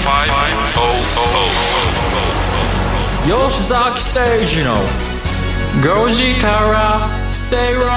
吉崎誠二の5時から正論。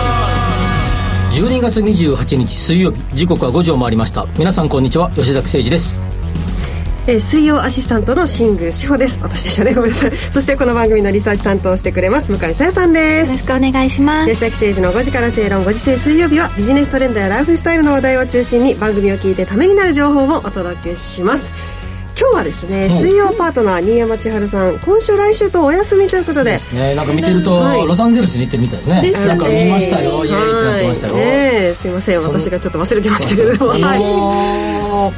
12月28日水曜日、時刻は5時を回りました。皆さんこんにちは、吉崎誠二です。 水曜アシスタントの新宮志保です。私でしたね、ごめんなさい。そしてこの番組のリサーチ担当してくれます向井沙耶さんです。 よろしくお願いします。 吉崎誠二の5時から正論。5時制水曜日はビジネストレンドやライフスタイルの話題を中心に番組を聞いてためになる情報をお届けします。今日はですね、水曜パートナー新山千春さん、今週来週とお休みということで、 なんか見てると、ロサンゼルスに行ってるみたいですね。なんか見ましたよ、イエーイってなってましたよ。 すいません、私がちょっと忘れてましたけれども、はい、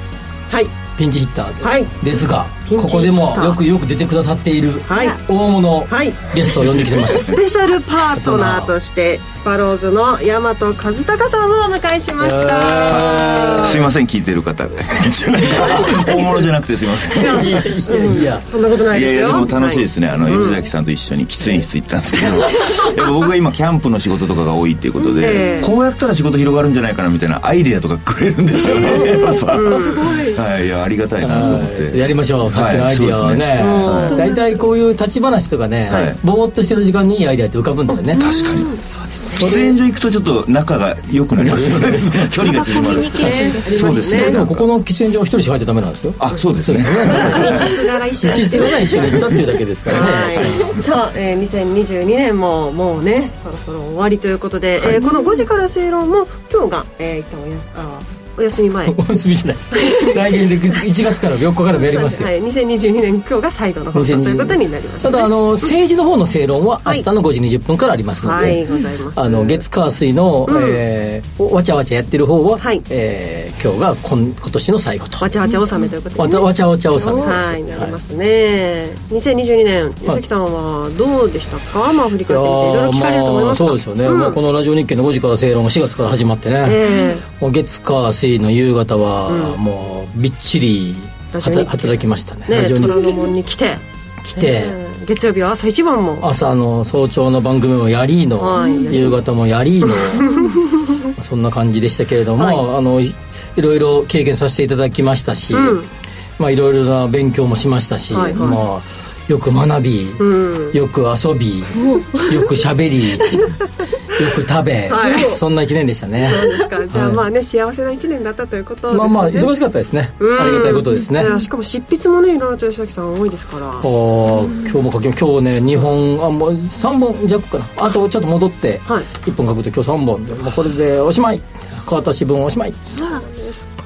ピンチヒッターで、 はい、 ですがここでもよく出てくださっている大物ゲストを呼んできてました、 スペシャルパートナーとしてスパローズの大和和孝さんをお迎えしました。 すいません、聞いてる方大物じゃなくてすいません。 いやそんなことないですよ。 いやでも楽しいですね、吉崎さんと一緒に喫煙室行ったんですけど、やっぱ僕が今キャンプの仕事とかが多いっていうことで、こうやったら仕事広がるんだなみたいなアイデアとかくれるんですよね。やっぱ、はい、いやありがたいなと思ってやりましょう。さっきのアイデアはね、大体こういう立ち話とかね、ぼーっとしてる時間にいいアイデアって浮かぶんだよね。 確かに喫煙所行くとちょっと仲が良くなりますよね。距離が縮まる。そうですね。 でもここの喫煙所は一人しか入っちゃダメなんですよ。 あ、そうですね。 道すがら一緒に行ったっていうだけですからね。 さあ、2022年ももうねそろそろ終わりということで、この5時から正論も今日が一旦お休み前。 お休みじゃないです。来年で1月から4日からもやりますよ。 はい、2022年今日が最後の放送ということになります、ね。 ただ政治の方の正論は明日の5時20分からありますので、 はいございます。 月火水の、わちゃわちゃやってる方は、今日が今年の最後と。 わちゃわちゃ納めということで、ね、 わちゃわちゃ納めはいなりますね。2022年吉崎さんはどうでしたか。振り返ってみていろいろ聞かれると思いますが、 そうですよね。このラジオ日経の5時から正論が4月から始まってね、もう月火水の夕方はもうびっちり働きましたね。 ラジオ虎ノ門に来て、月曜日は朝一番も朝の早朝の番組もやりの、夕方もやりのそんな感じでしたけれども、いろいろ経験させていただきましたし、いろいろな勉強もしましたし、よく学び、よく遊び、よくしゃべりよく食べ、そんな1年でしたね。 そうですか。じゃあね、幸せな1年だったということですね。 忙しかったですね。ありがたいことですね。 しかも執筆もねいろいろと吉崎さん多いですから。 今日も書き、今日ね2本もう3本弱かな。あとちょっと戻って1本書くと今日3本で、これでおしまい。川田新聞おしまい。 そうですか。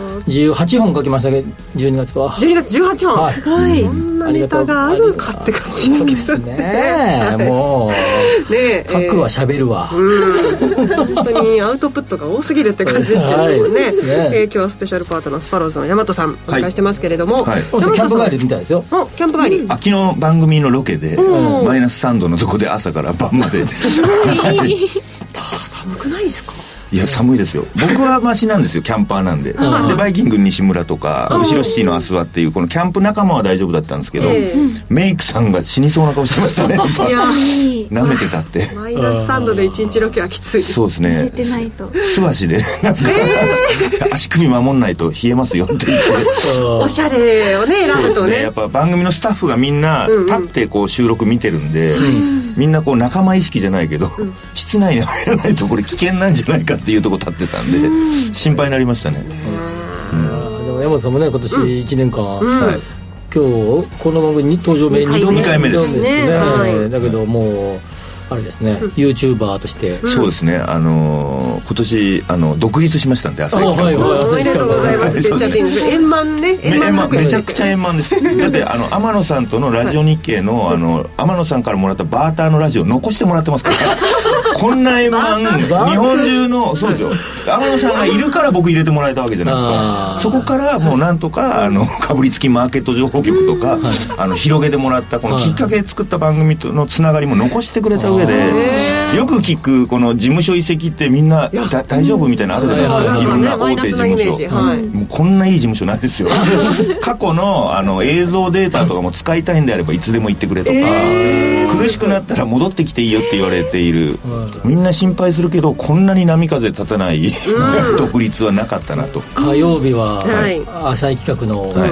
18本書きましたけど12月は 12月18本、すごい。こんなネタがあるかって感じですけどね。 もうね、書くわ喋るわ、 本当にアウトプットが多すぎるって感じですけどもね。今日はスペシャルパートナースパローズの大和さんお迎えしてますけれども、 キャンプ帰りみたいですよ。 キャンプ帰り。 昨日番組のロケでマイナス3度のとこで朝から晩まで寒くないですか。 いや寒いですよ。僕はマシなんですよ、キャンパーなんで。でバイキング西村とか後ろシティのアスワっていうこのキャンプ仲間は大丈夫だったんですけど、メイクさんが死にそうな顔してましたね。舐めてたって。 マイナス3度で1日ロケはきつい。 そうですね。 寝てないと素足で足首守んないと冷えますよって言っておしゃれをね選ぶとね。 やっぱ番組のスタッフがみんな立ってこう収録見てるんで、みんなこう仲間意識じゃないけど、室内に入らないとこれ危険なんじゃないかっていうとこ立ってたんで、心配になりましたね。 でも山本さんもね今年1年間、今日この番組に登場目2 回目ですね。 だけどもうあれですね、YouTuber として、 そうですね、今年独立しましたんで、朝日から。 おめでとうございます。円満ね。 めちゃくちゃ円満です。だって天野さんとのラジオ日経の天野さんからもらったバーターのラジオ残してもらってますからこんな円満日本中の、そうですよ、天野さんがいるから僕入れてもらえたわけじゃないですか。そこからもうなんとかかぶりつきマーケット情報局とか広げてもらったこのきっかけで作った番組とのつながりも残してくれた上で、よく聞くこの事務所移籍ってみんな大丈夫みたいなのあるじゃないですか。いろんな大手事務所、もうこんないい事務所ないですよ過去の映像データとかも使いたいんであればいつでも言ってくれとか、苦しくなったら戻ってきていいよって言われている。みんな心配するけどこんなに波風立たない独立はなかったなと。 火曜日は浅井企画の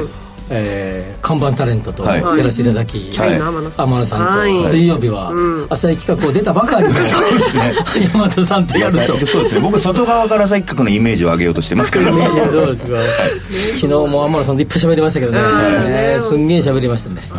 看板タレントとやらせていただき、 天野さんと水曜日は朝日企画を出たばかりの山田さんとやると。 そうですね、僕外側から朝日企画のイメージを上げようとしてますけどそうですか、昨日も天野さんといっぱい喋りましたけどね、すんげえ喋りましたね。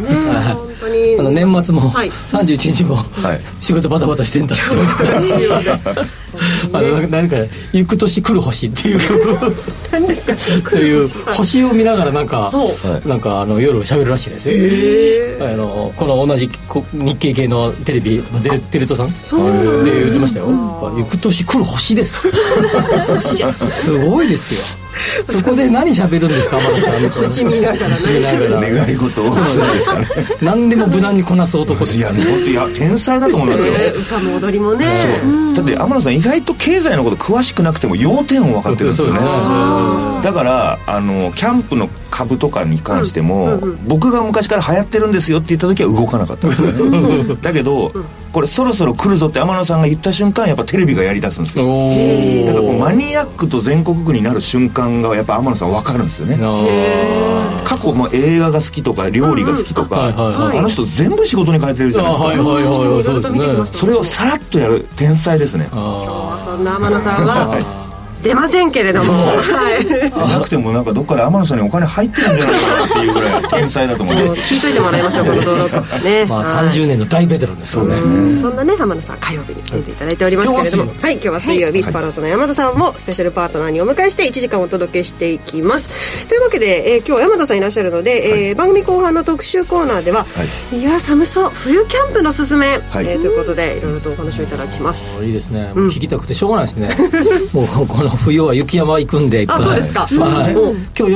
年末も31日も仕事バタバタしてんだって言ってました何か行く年来る星っていう何ですかという星を見ながらなんか夜喋るらしいですよ。この同じ日系系のテレビテレ東さんで言ってましたよ。行く年来る星ですすごいですよ。そこで何喋るんですか、天野さん。 星見ながら願い事をするんですかね。 何でも無難にこなす男です。 いや本当天才だと思いますよ。 歌も踊りもね。 だって天野さん意外と経済のこと詳しくなくても要点を分かってるんですよね。だからキャンプの株とかに関しても、僕が昔から流行ってるんですよって言った時は動かなかったんですよねだけどこれそろそろ来るぞって天野さんが言った瞬間やっぱテレビがやり出すんですよ。だからマニアックと全国区になる瞬間がやっぱ天野さん分かるんですよね。過去映画が好きとか料理が好きとか、あの人全部仕事に変えてるじゃないですか。それをさらっとやる天才ですね。 今日はそんな天野さんは出ませんけれども、 なくてもなんかどっかで天野さんにお金入ってるんじゃないかなっていうぐらい天才だと思います。 聞いといてもらいましょうこの登録ね。 30年の大ベテランですよね。 そんなね天野さん火曜日に出ていただいておりますけれども、今日は水曜日スパローズの山田さんもスペシャルパートナーにお迎えして1時間お届けしていきます。というわけで、今日山田さんいらっしゃるので、番組後半の特集コーナーでは、いや寒そう冬キャンプのすすめ、ということでいろいろとお話をいただきます。 いいですね、もう聞きたくてしょうがないですねもうこの冬は雪山行くんで。 そうですか。 今日夜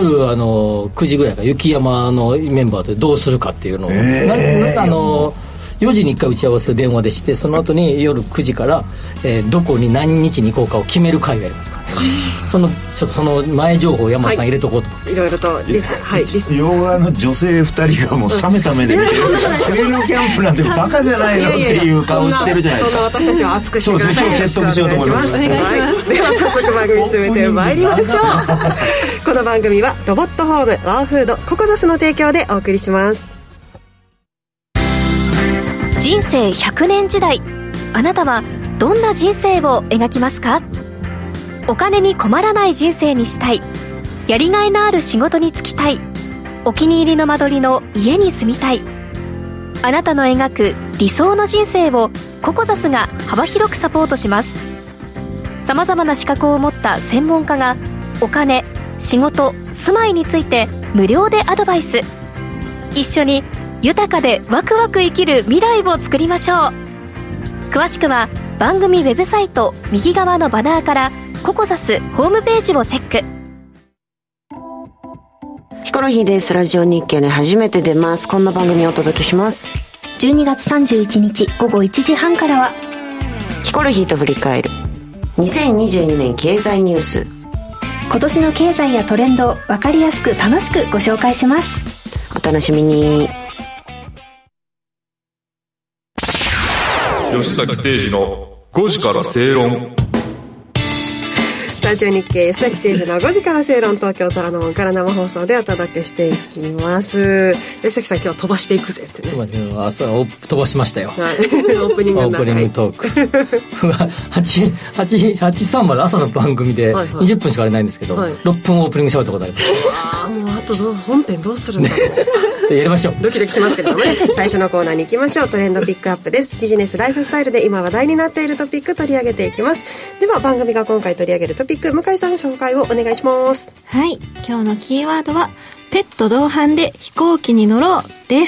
9時ぐらいから雪山のメンバーとどうするかっていうのを、4時に1回打ち合わせを電話でして、その後に夜9時から、どこに何日に行こうかを決める会がありますから、その前情報を山田さん入れとこうと思って、 いろいろと両側の女性2人がもう冷めた目で見て冬のキャンプなんてバカじゃないのっていう顔してるじゃないですか。 そんな私たちを熱くしてください。 今日説得しようと思います。 お願いします。では早速番組進めてまいりましょうこの番組はロボットホームワーフードココザスの提供でお送りします。 人生100年時代、あなたはどんな人生を描きますか？お金に困らない人生にしたい、やりがいのある仕事に就きたい、お気に入りの間取りの家に住みたい。あなたの描く理想の人生をココザスが幅広くサポートします。さまざまな資格を持った専門家がお金、仕事、住まいについて無料でアドバイス。一緒に豊かでワクワク生きる未来を作りましょう。詳しくは番組ウェブサイト右側のバナーからココザスホームページをチェック。 ヒコロヒーです。ラジオ日経に初めて出ます。こんな番組をお届けします。 12月31日午後1時半からはヒコロヒーと振り返る2022年経済ニュース。 今年の経済やトレンドを分かりやすく楽しくご紹介します。 お楽しみに。 吉崎誠二の5時から正論。 ラジオ日経吉崎誠二の5時から正論、東京虎ノ門から生放送でお届けしていきます。吉崎さん今日は飛ばしていくぜってね。 朝飛ばしましたよ、 はい、オープニングトーク830まで朝の番組で20分しかあれないんですけど、6分オープニングしゃべったことあります。 もうあと本編どうするんだろうやりましょう。 ドキドキしますけれどもね最初のコーナーに行きましょう。トレンドピックアップです。ビジネスライフスタイルで今話題になっているトピック取り上げていきます。では番組が今回取り上げるトピック、向井さん紹介をお願いします。 はい、今日のキーワードはペット同伴で飛行機に乗ろうです。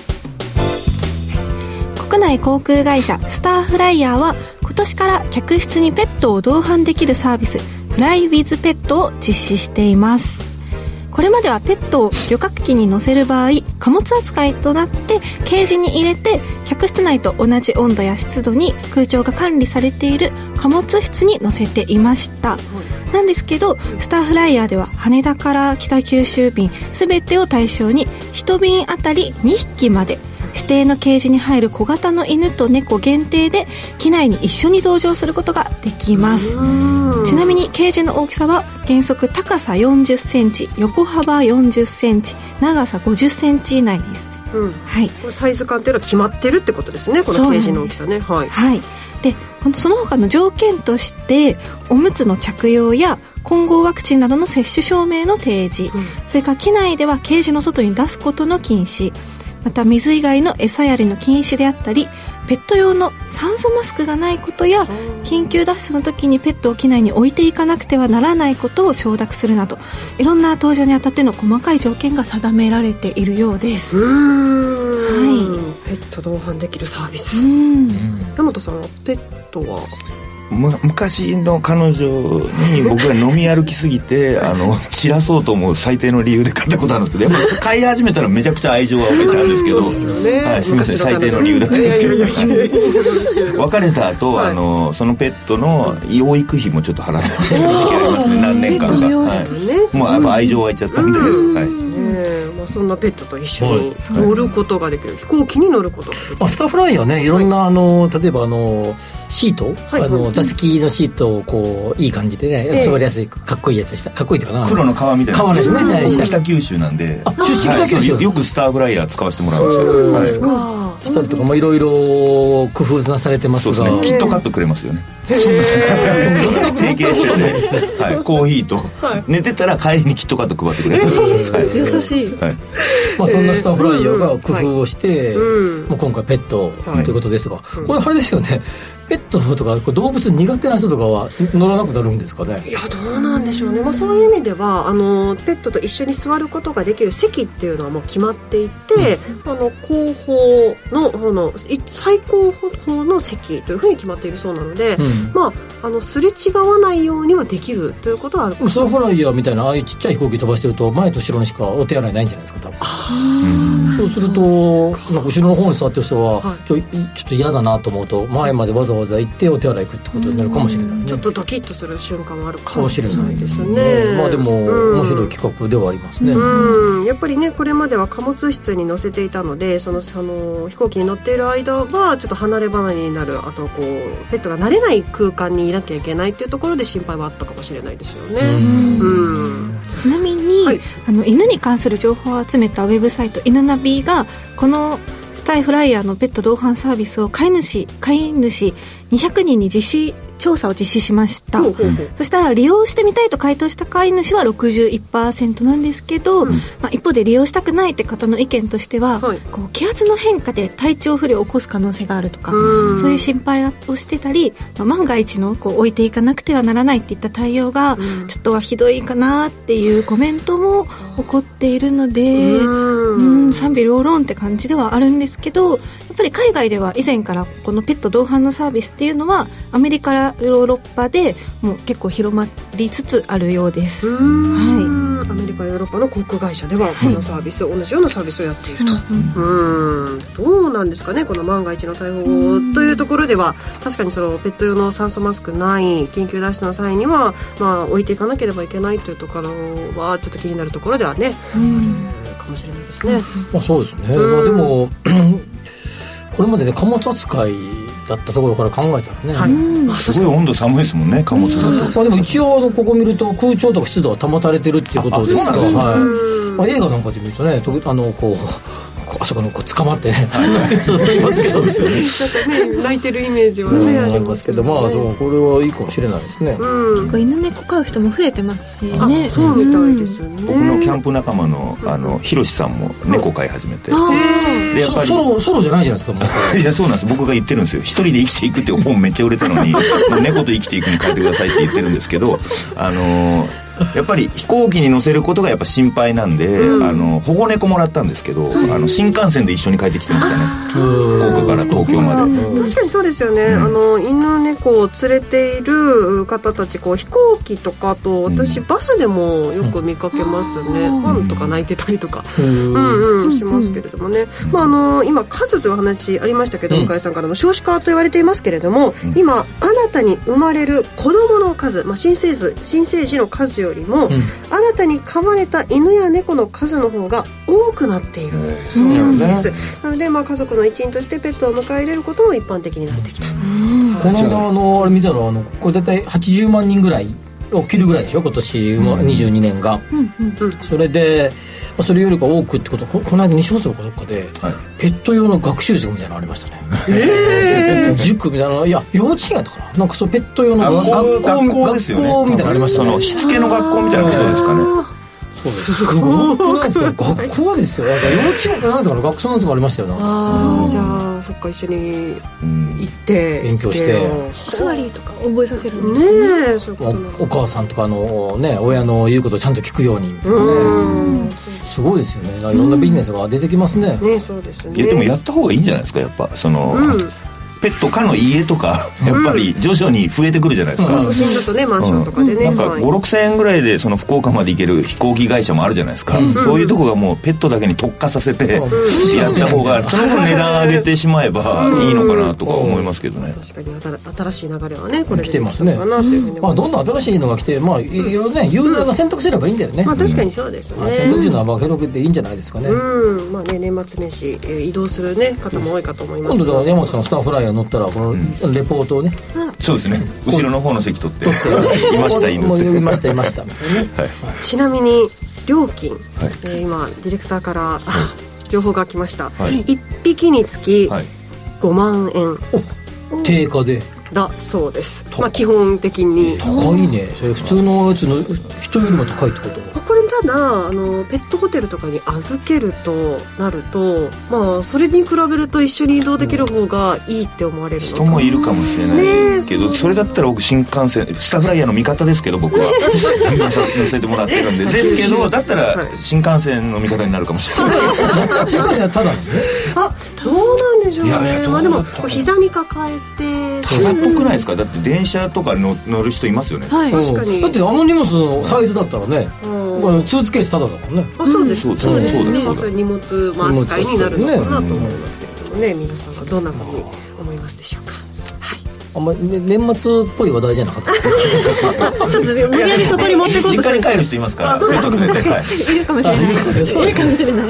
国内航空会社スターフライヤーは今年から客室にペットを同伴できるサービスフライウィズペットを実施しています。これまではペットを旅客機に乗せる場合貨物扱いとなってケージに入れて客室内と同じ温度や湿度に空調が管理されている貨物室に乗せていました。なんですけどスターフライヤーでは羽田から北九州便全てを対象に1便あたり2匹まで指定のケージに入る小型の犬と猫限定で機内に一緒に同乗することができます。実ちなみにケージの大きさは原則高さ40センチ、横幅40センチ、長さ50センチ以内です。 はい、これサイズ感っていうのは決まってるってことですね、このケージの大きさね。はい、 はい、でその他の条件としておむつの着用や混合ワクチンなどの接種証明の提示、それから機内ではケージの外に出すことの禁止、また水以外の餌やりの禁止であったり、ペット用の酸素マスクがないことや緊急脱出の時にペットを機内に置いていかなくてはならないことを承諾するなど、いろんな搭乗にあたっての細かい条件が定められているようです。 はい、ペット同伴できるサービス。山本さんはペットは昔の彼女に僕が飲み歩きすぎて散らそうと思う最低の理由で買ったことあるんですけど、やっぱ買い始めたらめちゃくちゃ愛情は覚えたんですけど、はい、すみません、最低の理由だったんですけど、別れた後、はい、そのペットの養育費もちょっと払ってた時期ありますね、何年間か、はい、もうやっぱ愛情湧いちゃったんで、はい、 まあ、そんなペットと一緒に乗ることができる、飛行機に乗ることができる、 スターフライヤーね、いろんな例えばシート、座席のシートをこういい感じでね、座りやすいかっこいいやつでした。かっこいいっていうかな、 黒の革みたいな革ですね。 北九州なんで、 北九州、 よくスターフライヤー使わせてもらうんですよ。 したりとかいろいろ工夫なされてますが、 そうですね、キットカットくれますよね。そうですね、提携してね、はい、コーヒーと、寝てたら帰りにキットカット配ってくれる、 優しい、 はい、まあ、そんなスターフライヤーが工夫をして、もう今回ペットということですが、これあれですよね、ペットとか動物苦手な人とかは乗らなくなるんですかね。 いや、どうなんでしょうね、まあ、そういう意味ではペットと一緒に座ることができる席っていうのはもう決まっていて、後方の最高峰の席というふうに決まっているそうなので、まあ、すれ違わないようにはできるということはあるかもしれない。 スターフライヤーみたいなああいうちっちゃい飛行機飛ばしてると前と後ろにしかお手洗いないんじゃないですか、多分。そうするとなんか後ろの方に座ってる人は、ちょっと嫌だなと思うと前までわざわざ行ってお手洗い行くってことになるかもしれない、ね、 ちょっとドキッとする瞬間もあるかもしれないですね。 まあでも面白い企画ではありますね。 やっぱりね、これまでは貨物室に乗せていたので、その飛行機に乗っている間はちょっと離れ離れになる、あとこうペットが慣れない空間にいなきゃいけないっていうところで心配はあったかもしれないですよね。 ちなみに、犬に関する情報を集めたウェブサイト犬ナビがこのスタイフライヤーのペット同伴サービスを飼い主200人に調査を実施しました。そしたら利用してみたいと回答した飼い主は 61% なんですけど、まあ、一方で利用したくないって方の意見としては、こう気圧の変化で体調不良を起こす可能性があるとか、そういう心配をしてたり、万が一のこう置いていかなくてはならないっていった対応がちょっとはひどいかなっていうコメントも起こっているので、賛否両論って感じではあるんですけど、やっぱり海外では以前からこのペット同伴のサービスっていうのはアメリカやヨーロッパでもう結構広まりつつあるようです。アメリカヨーロッパの航空会社ではこのサービス、同じようなサービスをやっていると。どうなんですかね、この万が一の対応というところでは、確かにそのペット用の酸素マスクない緊急脱出の際には、まあ、置いていかなければいけないというところはちょっと気になるところではね、あるかもしれないですね。 まあ、そうですね、まあ、でもこれまでね貨物扱いだったところから考えたらね、 すごい温度寒いですもんね、貨物だと。 でも一応ここ見ると空調とか湿度は保たれてるっていうことですから、まあ、映画なんかで見るとね、こうあそこの捕まってね泣いてるイメージはね、 ありますけど、まあそう、これはいいかもしれないですね。 結構犬猫飼う人も増えてますしね。 そうみたいですね。 僕のキャンプ仲間のひろしさんも猫飼い始めて、 でやっぱりソロじゃないじゃないですか、もう。 いや、そうなんです、僕が言ってるんですよ。一人で生きていくっていう本めっちゃ売れたのにもう猫と生きていくに変えてくださいって言ってるんですけど、やっぱり飛行機に乗せることがやっぱ心配なんで、保護猫もらったんですけど、新幹線で一緒に帰ってきてましたね、福岡から東京まで。 確かにそうですよね、犬猫を連れている方たち、こう飛行機とかと、私バスでもよく見かけますね、ファンとか泣いてたりとかしますけれどもね、まあ、今数という話ありましたけど、向井さんからの少子化と言われていますけれども、今新たに生まれる子どもの数、まあ、新生児の数よりも、新たに飼われた犬や猫の数の方が多くなっているそうなんです。なので、まあ、家族の一員としてペットを迎え入れることも一般的になってきた。 この間あれ見たらこれ大体80万人ぐらいを切るぐらいでしょ今年、22年が、それでそれよりか多くってことはこの間西放送かどっかで、ペット用の学習塾みたいなのありましたね。塾みたいな、いや幼稚園やったかな、なんかそうペット用の学校ですよね、学校みたいなのありましたね。 そのしつけの学校みたいなことですかね。 そうです。すごくないですか。学校ですよ。幼稚園なんとかの学校のやつがありましたよな。 じゃあそっか、一緒に行って勉強してお座りとか覚えさせるんですね。そういうことなんです。 お母さんとか親の言うことをちゃんと聞くようにみたいなね。すごいですよね。いろんなビジネスが出てきますね。 そうですね。 いやでもやった方がいいんじゃないですか。やっぱその、ペット可の家とかやっぱり徐々に増えてくるじゃないですか。 都心だとね、マンションとかでね、 なんか5、6千円ぐらいでその福岡まで行ける飛行機会社もあるじゃないですか。そういうとこがもうペットだけに特化させてやった方がその分値段上げてしまえばいいのかなとか思いますけどね。 確かに新しい流れはねこれで来てますね。 かなというふうに、 どんどん新しいのが来て、いろいろねユーザーが選択すればいいんだよね。 確かにそうですね。 選択肢の幅を広げていいんじゃないですかね。 年末年始移動するね方も多いかと思います。 今度は山本さんスターフライヤー乗ったらこのレポートをね、 そうですね、後ろの方の席取っていました犬っていましたみたいなね。 ちなみに料金、今ディレクターから情報が来ました。1匹につき5万円定価でだそうです。基本的に高いね。それ普通のやつの人よりも高いってこと？ これただペットホテルとかに預けるとなると、それに比べると一緒に移動できる方がいいって思われるのか。 人もいるかもしれないけど、それだったら僕新幹線スターフライヤーの味方ですけど、僕は乗せてもらってるんでですけど、だったら新幹線の味方になるかもしれない。 新幹線はただどうなんでしょうね。でも膝に抱えてただっぽくないですか。だって電車とか乗る人いますよね。 確かに。 だって荷物のサイズだったらね、スーツケースただだもんね。 そうですね。それ荷物扱いになるのかなと思いますけれどもね。皆さんはどんなふうに思いますでしょうか。 あんまり年末っぽい話題じゃなかった。 ちょっと無理やりそこに持ってこうとして。 実家に帰る人いますから。 そうですいるかもしれない。いるかもしれない。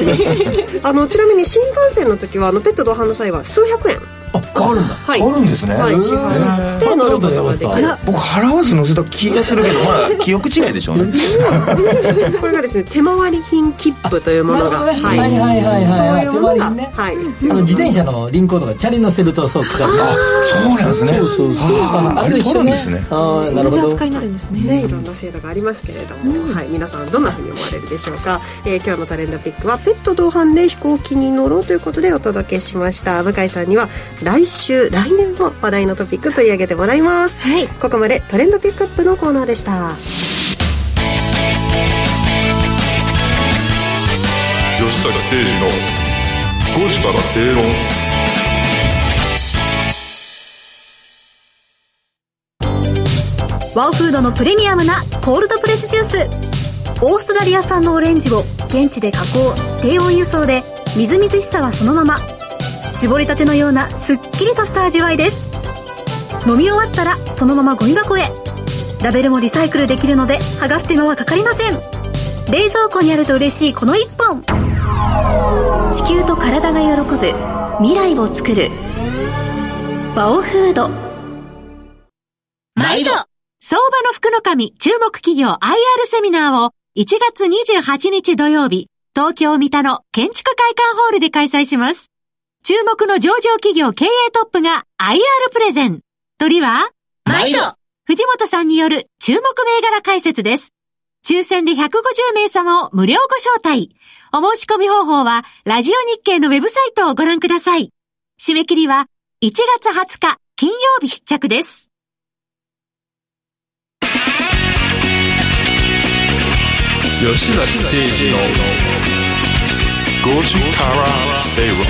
ちなみに新幹線の時はペット同伴の際は数百円。 変わるんだ。 変わるんですね。 支払って乗ることができる。 僕払わず乗せた気がするけど、記憶違いでしょうね。 これがですね、手回り品切符というものが、そういうものが自転車の輪行とかチャリ乗せるとそうかかる。 そうなんですね。 あれ取るんですね。 なるほど。扱いになるんですね。 いろんな制度がありますけれども、皆さんどんなふうに思われるでしょうか。今日のトレンドピックはペット同伴で飛行機に乗ろうということでお届けしました。向井さんには来年も話題のトピック取り上げてもらいます。ここまでトレンドピックアップのコーナーでした。 吉坂誠二の5時から正論。 ワオフードのプレミアムなコールドプレスジュース。オーストラリア産のオレンジを現地で加工、低温輸送でみずみずしさはそのまま。絞りたてのようなすっきりとした味わいです。飲み終わったらそのままゴミ箱へ。ラベルもリサイクルできるので剥がす手間はかかりません。冷蔵庫にあると嬉しいこの一本。 地球と体が喜ぶ未来を作るワオフード。 毎度相場の福の神注目企業 IR セミナーを1月28日土曜日、東京三田の建築会館ホールで開催します。注目の上場企業経営トップが IR プレゼン。鳥は毎度藤本さんによる注目銘柄解説です。抽選で150名様を無料ご招待。お申し込み方法はラジオ日経のウェブサイトをご覧ください。締め切りは1月20日金曜日必着です。 吉崎誠二の5時から正論。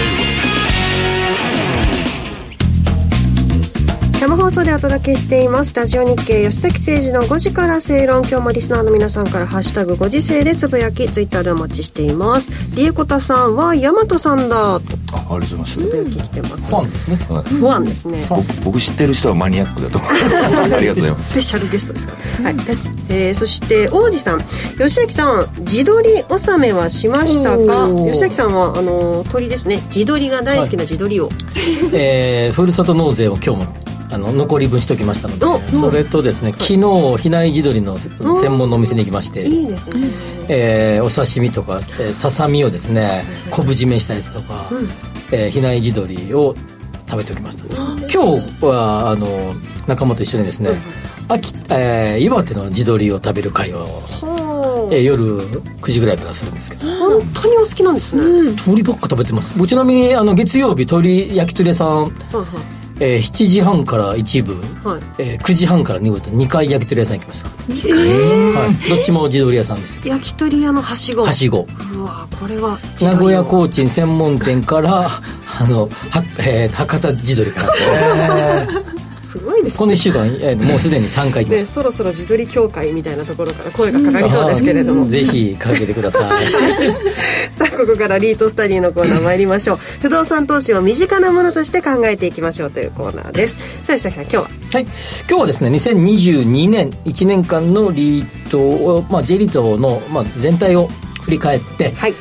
生放送でお届けしていますラジオ日経吉崎誠二の5時から正論。今日もリスナーの皆さんからハッシュタグ5時世でつぶやきツイッターでお待ちしています。リエコタさんは大和さんだとありがとうございます。 つぶやき来てます。 ファンですね。 ファンですね。 僕知ってる人はマニアックだと思う。ありがとうございます。 スペシャルゲストですから、そして王子さん、吉崎さん自撮り納めはしましたか。吉崎さんは鳥ですね、自撮りが大好きな自撮りを、 ふるさと納税を今日も残り分しときましたので、それとですね、昨日比内地鶏の専門のお店に行きまして、 いいですね、 お刺身とか、ささみをですね昆布締めしたやつとか、比内地鶏を食べておきました。今日は仲間と一緒にですね、岩手の地鶏を食べる会を夜9時ぐらいからするんですけど、 本当にお好きなんですね。 鶏ばっか食べてます。ちなみに月曜日焼き鳥屋さん、7時半から1部、9時半から2部と2回焼き鳥屋さん行きました。どっちも地鶏屋さんですよ。 焼き鳥屋のはしご。 はしご。 うわ、これは名古屋コーチン専門店から博多地鶏からすごいですね。 この1週間、もうすでに3回行きました、 そろそろ地鶏協会みたいなところから声がかかりそうですけれども、 ぜひかけてくださいさあ、ここからリートスタディのコーナー参りましょう。不動産投資を身近なものとして考えていきましょうというコーナーです。さあ、石崎さん、今日は今日はですね、2022年1年間のリートを、J リートの、全体を振り返って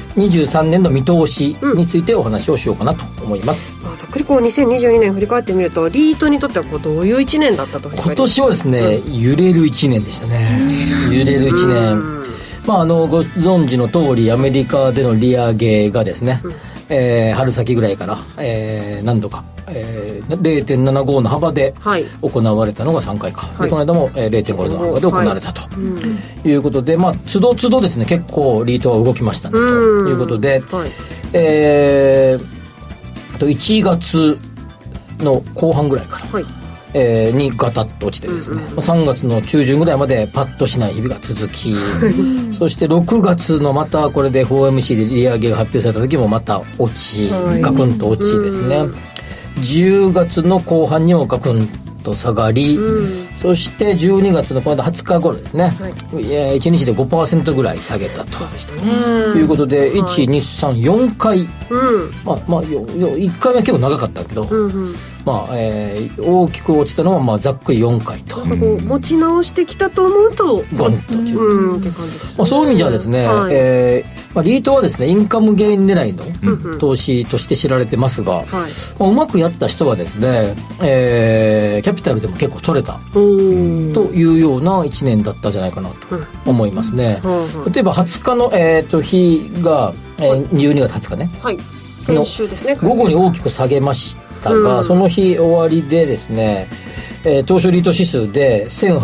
、23年の見通しについてお話をしようかなと思います。 ざっくり2022年振り返ってみると、リートにとってはどういう1年だったと。 今年はですね、揺れる1年でしたね。揺れる1年、ご存知の通りアメリカでの利上げがですね、春先ぐらいから、何度か、0.75 の幅で行われたのが3回か、でこの間も、0.5 の幅で行われたと、いうことで、つどつどですね、結構リートは動きましたねということで、1月の後半ぐらいから、にガタッと落ちてですね、3月の中旬ぐらいまでパッとしない日々が続きそして6月のまたこれで FOMC で利上げが発表された時もまた落ち、ガクンと落ちですね、10月の後半にもガクンと下がり、そして12月のこの間20日頃ですね、1日で 5% ぐらい下げたということで、1,2,3,4 回、1回は結構長かったけど、大きく落ちたのはざっくり4回と、 持ち直してきたと思うとゴンとっていう感じですね。そういう意味じゃですね、リートはですね、インカムゲイン狙いの投資として知られてますが、うまくやった人はですね、キャピタルでも結構取れたというような1年だったんじゃないかなと思いますね。例えば20日の、日が、12月20日ね、 先週ですね、 午後に大きく下げましたが、その日終わりでですね、東証リート指数で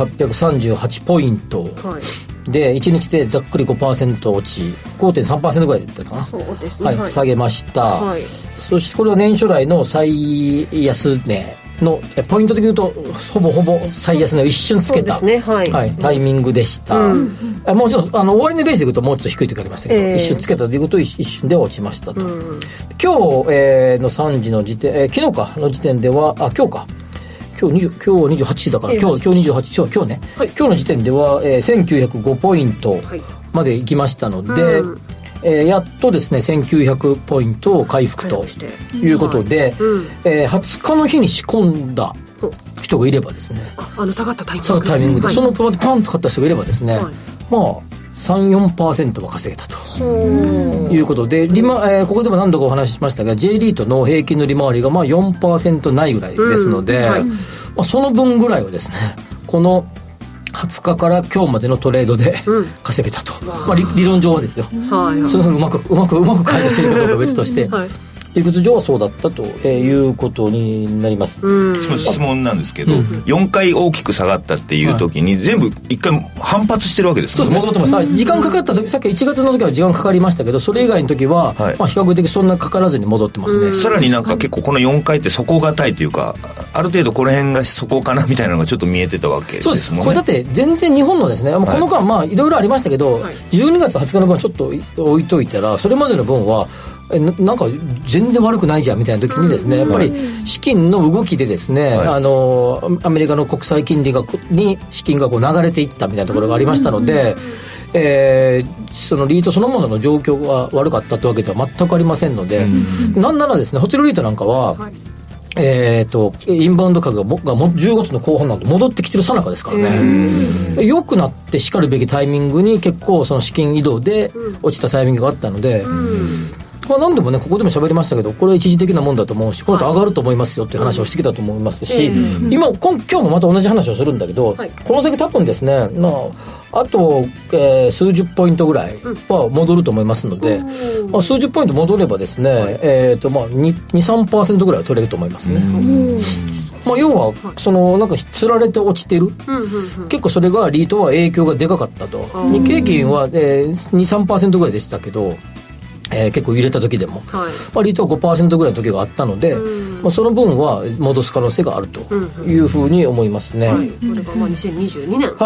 1838ポイント、で1日でざっくり 5% 落ち 5.3% ぐらいだったかな。 そうですね、 下げました、そしてこれは年初来の最安値のポイントでいうとほぼ最安値を一瞬つけた、タイミングでした、もちろん終値ベースでいうともうちょっと低い時ありましたけど、一瞬つけたということを一瞬で落ちましたと、今日、の3時の時点、昨日かの時点では今日28だから、今日28、今日ね、今日の時点では、1905ポイントまで行きましたので、やっとですね1900ポイントを回復ということで、20日の日に仕込んだ人がいればですね、 下がったタイミングで、そのままパンと買った人がいればですね、3-4% は稼げたということで、ここでも何度かお話ししましたが J リートの平均の利回りが4% ないぐらいですので、その分ぐらいはですね、この20日から今日までのトレードで稼げたと、理論上はですよ、そのうまく回答しているかどうか別として理屈上はそうだったということになります。 質問なんですけど、4回大きく下がったっていう時に全部1回反発してるわけですもんね。 そうです、戻ってます。時間かかった時、さっき1月の時は時間かかりましたけど、それ以外の時は、比較的そんなかからずに戻ってますね。 さらになんか結構この4回って底堅いというか、ある程度この辺が底かなみたいなのがちょっと見えてたわけですもんね。そうです。 これだって全然日本のですね、この間いろいろありましたけど、12月20日の分はちょっと置いといたら、それまでの分はなんか全然悪くないじゃんみたいな時にですね、やっぱり資金の動きでですね、アメリカの国債金利に資金が流れていったみたいなところがありましたので、そのリートそのものの状況が悪かったというわけでは全くありませんので、なんならですね、ホテルリートなんかはインバウンド株が10月の後半なんて戻ってきてる最中ですからね、良くなってしかるべきタイミングに結構その資金移動で落ちたタイミングがあったので、 何でもねここでも喋りましたけど、これは一時的なもんだと思うし、この後上がると思いますよっていう話をしてきたと思いますし、今日もまた同じ話をするんだけど、この先多分ですね、あと、数十ポイントぐらいは戻ると思いますので、数十ポイント戻ればですね、2-3% ぐらいは取れると思いますね。要はなんかつられて落ちてる、結構それがリートは影響がでかかったと。日経平均は、2-3% ぐらいでしたけど、結構揺れた時でも、リートは 5% ぐらいの時があったので、その分は戻す可能性があるというふうに思いますね。 これが2022年、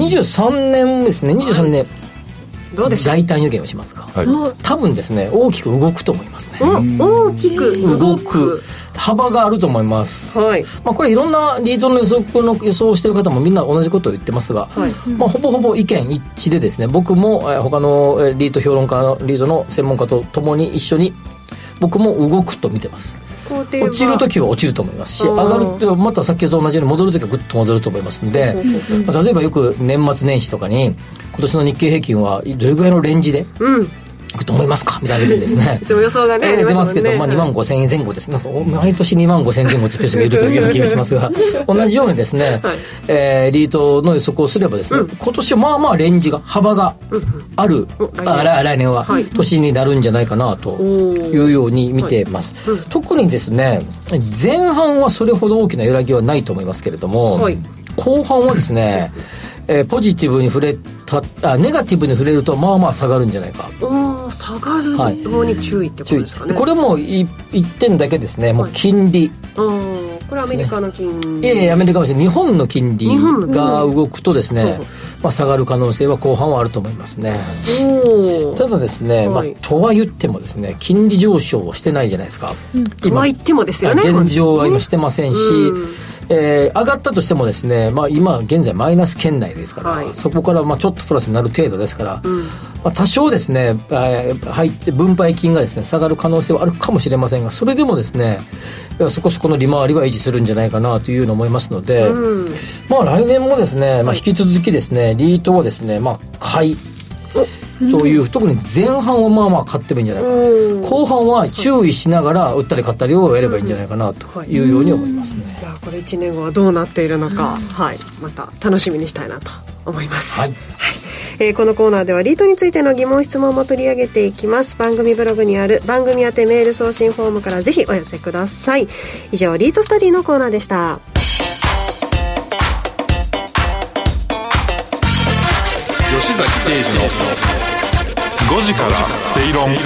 23年ですね。23年どうでしょう。 大胆予言をしますが、多分ですね大きく動くと思いますね。 大きく動く幅があると思います。これいろんなリートの予想をしている方もみんな同じことを言ってますが、ほぼほぼ意見一致でですね、僕も他のリート評論家のリートの専門家と共に一緒に僕も動くと見てます。落ちるときは落ちると思いますし、上がるとまた先ほどと同じように戻るときはぐっと戻ると思いますので、例えばよく年末年始とかに今年の日経平均はどれぐらいのレンジでいくと思いますかみたいなレベルですね。 いつも予想がね、 出ますけど、25,000円前後ですね。毎年25,000円前後って言ってる人がいるというような気がしますが、同じようにですね、リートの予測をすればですね、今年はまあレンジが幅がある、来年は年になるんじゃないかなというように見ています。特にですね、前半はそれほど大きな揺らぎはないと思いますけれども、後半はですね、ポジティブに触れたネガティブに触れるとまあ下がるんじゃないか。 下がる方に注意ってことですかね。 これも一点だけですね。もう金利、 これアメリカの金利、 アメリカも日本の金利が動くとですね、下がる可能性は後半はあると思いますね。ただですね、とは言ってもですね、金利上昇をしてないじゃないですか。 とは言ってもですよね。 現状は今してませんし、上がったとしてもですね、今現在マイナス圏内ですから、そこからちょっとプラスになる程度ですから、多少ですね、入って分配金がですね下がる可能性はあるかもしれませんが、それでもですねそこそこの利回りは維持するんじゃないかなというふうに思いますので、来年もですね、引き続きですねリートはですね買いという、特に前半は買ってもいいんじゃないかな、後半は注意しながら売ったり買ったりをやればいいんじゃないかなというように思いますね。 いや、これ1年後はどうなっているのか、また楽しみにしたいなと思います。このコーナーではリートについての疑問質問も取り上げていきます。番組ブログにある番組宛てメール送信フォームからぜひお寄せください。以上、リートスタディのコーナーでした。 吉崎誠二の5時からスペイロン。 先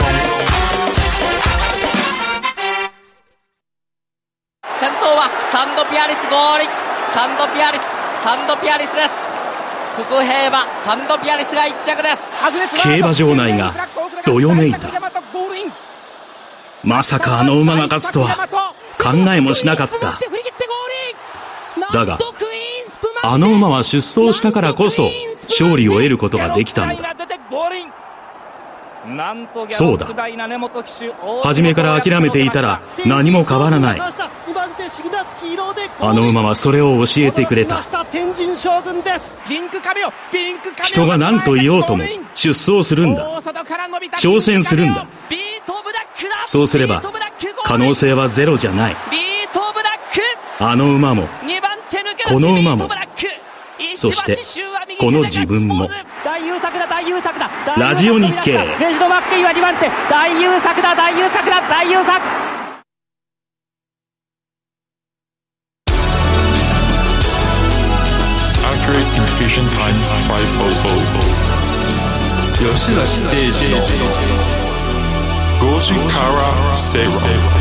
頭はサンドピアリス合輪、サンドピアリスです。福平はサンドピアリスが1着です。 競馬場内がどよめいた。まさかあの馬が勝つとは考えもしなかった。だがあの馬は出走したからこそ勝利を得ることができたのだ。そうだ、初めから諦めていたら何も変わらない。あの馬はそれを教えてくれた。人が何と言おうとも出走するんだ、挑戦するんだ。そうすれば可能性はゼロじゃない。あの馬もこの馬も、そしてこの自分も。ラジオ日経。 レジドマッケイは2番手。大優作だ。大優作。 Accurate Completion Time 500。吉崎誠二の5時から正論。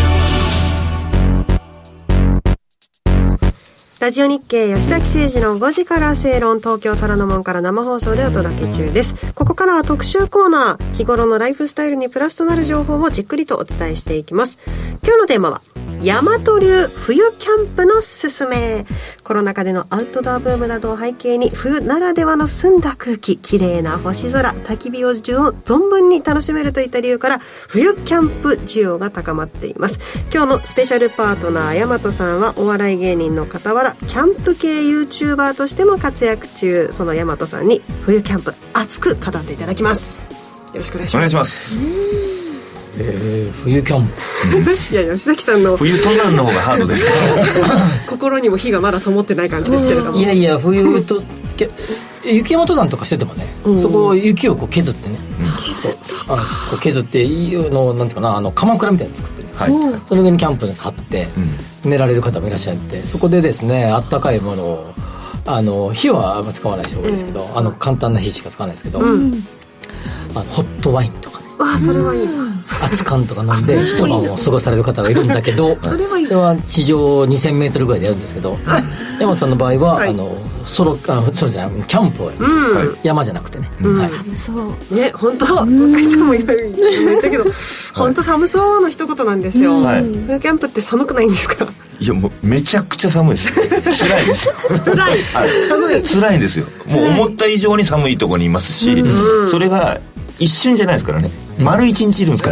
ラジオ日経吉崎誠二の5時から正論、東京虎ノ門から生放送でお届け中です。ここからは特集コーナー、日頃のライフスタイルにプラスとなる情報をじっくりとお伝えしていきます。今日のテーマは大和流冬キャンプのすすめ。コロナ禍でのアウトドアブームなどを背景に、冬ならではの澄んだ空気、綺麗な星空、焚き火を存分に楽しめるといった理由から冬キャンプ需要が高まっています。今日のスペシャルパートナー大和さんはお笑い芸人の傍らキャンプ系 YouTuber としても活躍中。その大和さんに冬キャンプ熱く語っていただきます。よろしくお願いします。 冬キャンプいや吉崎さんの冬登山の方がハードですから心にも火がまだ灯ってない感じですけれども、 いや冬と雪山登山とかしててもね、そこを雪をこう削ってね、こう削ってなんていうかな、鎌倉みたいなの作ってね、その上にキャンプの張って、寝られる方もいらっしゃって、そこでですね、あったかいものを火は使わない人が多いですけど、簡単な火しか使わないですけど、ホットワインとかね、 それはいいな、 熱燗とか飲んで一晩を過ごされる方がいるんだけどそれは地上2000メートルぐらいでやるんですけど、山本さんの場合は、そうじゃない、キャンプをやる、山じゃなくてね、 寒そうね、本当向井さんも言ったけど本当寒そうの一言なんですよ。冬キャンプって寒くないんですか？ いやもうめちゃくちゃ寒いです。辛いです。辛いんですよ。もう思った以上に寒いところにいますし、それが一瞬じゃないですからね、丸一日いるんですから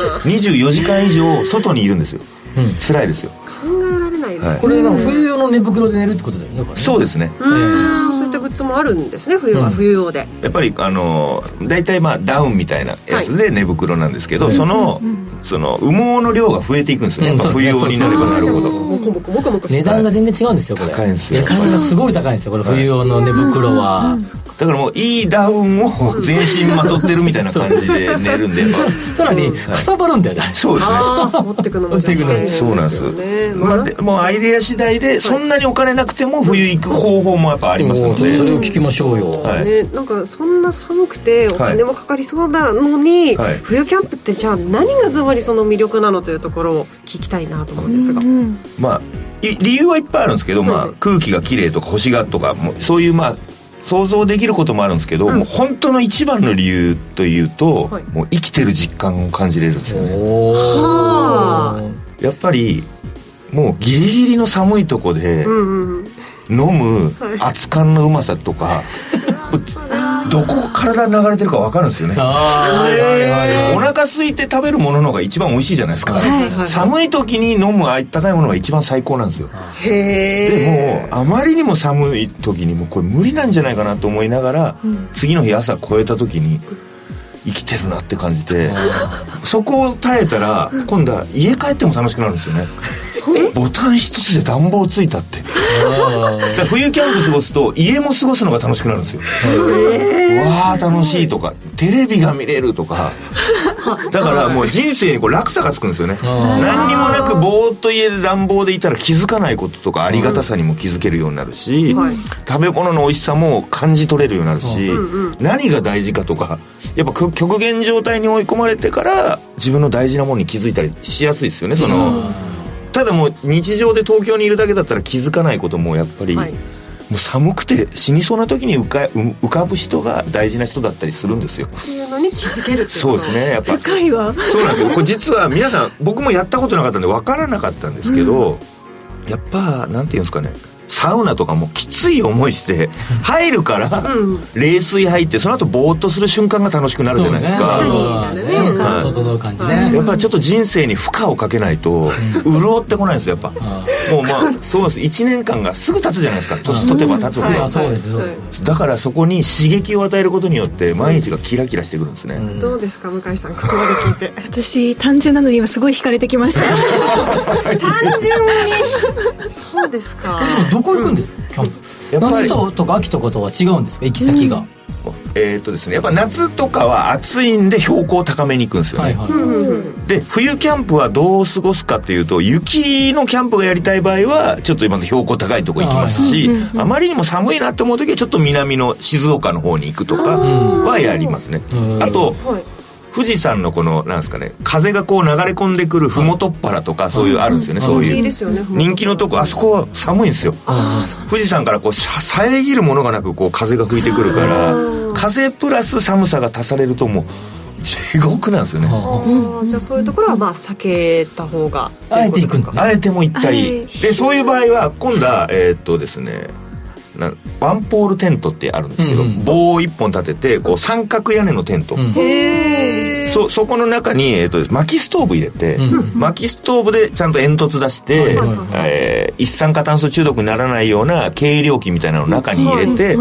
、24時間以上外にいるんですよ。辛いですよ。 考えられないです、 これは冬用の寝袋で寝るってことだよね。 そうですね。 そういったグッズもあるんですね、冬は冬用で。 やっぱり大体ダウンみたいなやつで寝袋なんですけど、その羽毛の量が増えていくんですよね。冬用になればなるほど。 値段が全然違うんですよ、これ。 高いんですよ。 値段がすごい高いんですよ、これ冬用の寝袋は。 だからもういいダウンを全身まとってるみたいな感じで寝るんで、 さらにかさばるんだよね。 そうですね。 持ってくのもそうなんです。もうアイデア次第でそんなにお金なくても冬行く方法もやっぱありますので、 それを聞きましょうよ。 なんかそんな寒くてお金もかかりそうなのに、冬キャンプってじゃあ何がズバリその魅力なのというところを聞きたいなと思うんですが、 理由はいっぱいあるんですけど、空気がきれいとか星がとかもそういう想像できることもあるんですけど、もう本当の一番の理由というと、もう生きてる実感を感じれるんですよね。やっぱりもうギリギリの寒いとこで飲む熱燗のうまさとか、どこ体に流れてるか分かるんですよね。お腹空いて食べるものの方が一番美味しいじゃないですか。寒い時に飲むあったかいものが一番最高なんですよ。でもあまりにも寒い時にもこれ無理なんじゃないかなと思いながら、次の日朝超えた時に生きてるなって感じて、そこを耐えたら今度は家帰っても楽しくなるんですよね。ボタン一つで暖房ついたって。冬キャンプ過ごすと家も過ごすのが楽しくなるんですよ。わー楽しいとか、テレビが見れるとか、だからもう人生にこう落差がつくんですよね。何にもなくぼーっと家で暖房でいたら気づかないこととかありがたさにも気づけるようになるし、食べ物の美味しさも感じ取れるようになるし、何が大事かとか、やっぱ極限状態に追い込まれてから自分の大事なものに気づいたりしやすいですよね。ただもう日常で東京にいるだけだったら気づかないこともやっぱり、もう寒くて死にそうな時に浮かぶ人が大事な人だったりするんですよ。 っていうのに気づけるってこと。 そうですね。やっぱ深いわ。 そうなんですよ。これ実は皆さん僕もやったことなかったんで分からなかったんですけど、やっぱなんていうんですかね、サウナとかもきつい思いして入るから冷水入ってその後ボーっとする瞬間が楽しくなるじゃないですか。 整う感じね。 やっぱちょっと人生に負荷をかけないと潤ってこないんですよ。やっぱもうそうです。1年間がすぐ経つじゃないですか。年取てば経つほど。だからそこに刺激を与えることによって毎日がキラキラしてくるんですね。 どうですか向井さん、ここまで聞いて。 私単純なのに今すごい惹かれてきました。 単純にそうですか。 どこ行くんですか、キャンプ。夏とか秋とかとは違うんですか、行き先が。 ですね、やっぱ夏とかは暑いんで標高高めに行くんですよね。で冬キャンプはどう過ごすかっていうと、雪のキャンプがやりたい場合はちょっと今の標高高いとこ行きますし、あまりにも寒いなって思う時はちょっと南の静岡の方に行くとかはやりますね。あと富士山のこのなんですかね、風がこう流れ込んでくるふもとっぱらとか、そういうあるんですよね。そういう人気のとこ、あそこは寒いんですよ。富士山からこう遮るものがなくこう風が吹いてくるから、風プラス寒さが足されるともう地獄なんですよね。 じゃあそういうところは避けた方が。 あえて行くんだね。 あえても行ったりで、そういう場合は今度はですね、ワンポールテントってあるんですけど、棒を1本立ててこう三角屋根のテント、そこの中に、薪ストーブ入れて、薪ストーブでちゃんと煙突出して、一酸化炭素中毒にならないような軽量器みたいなのを中に入れて、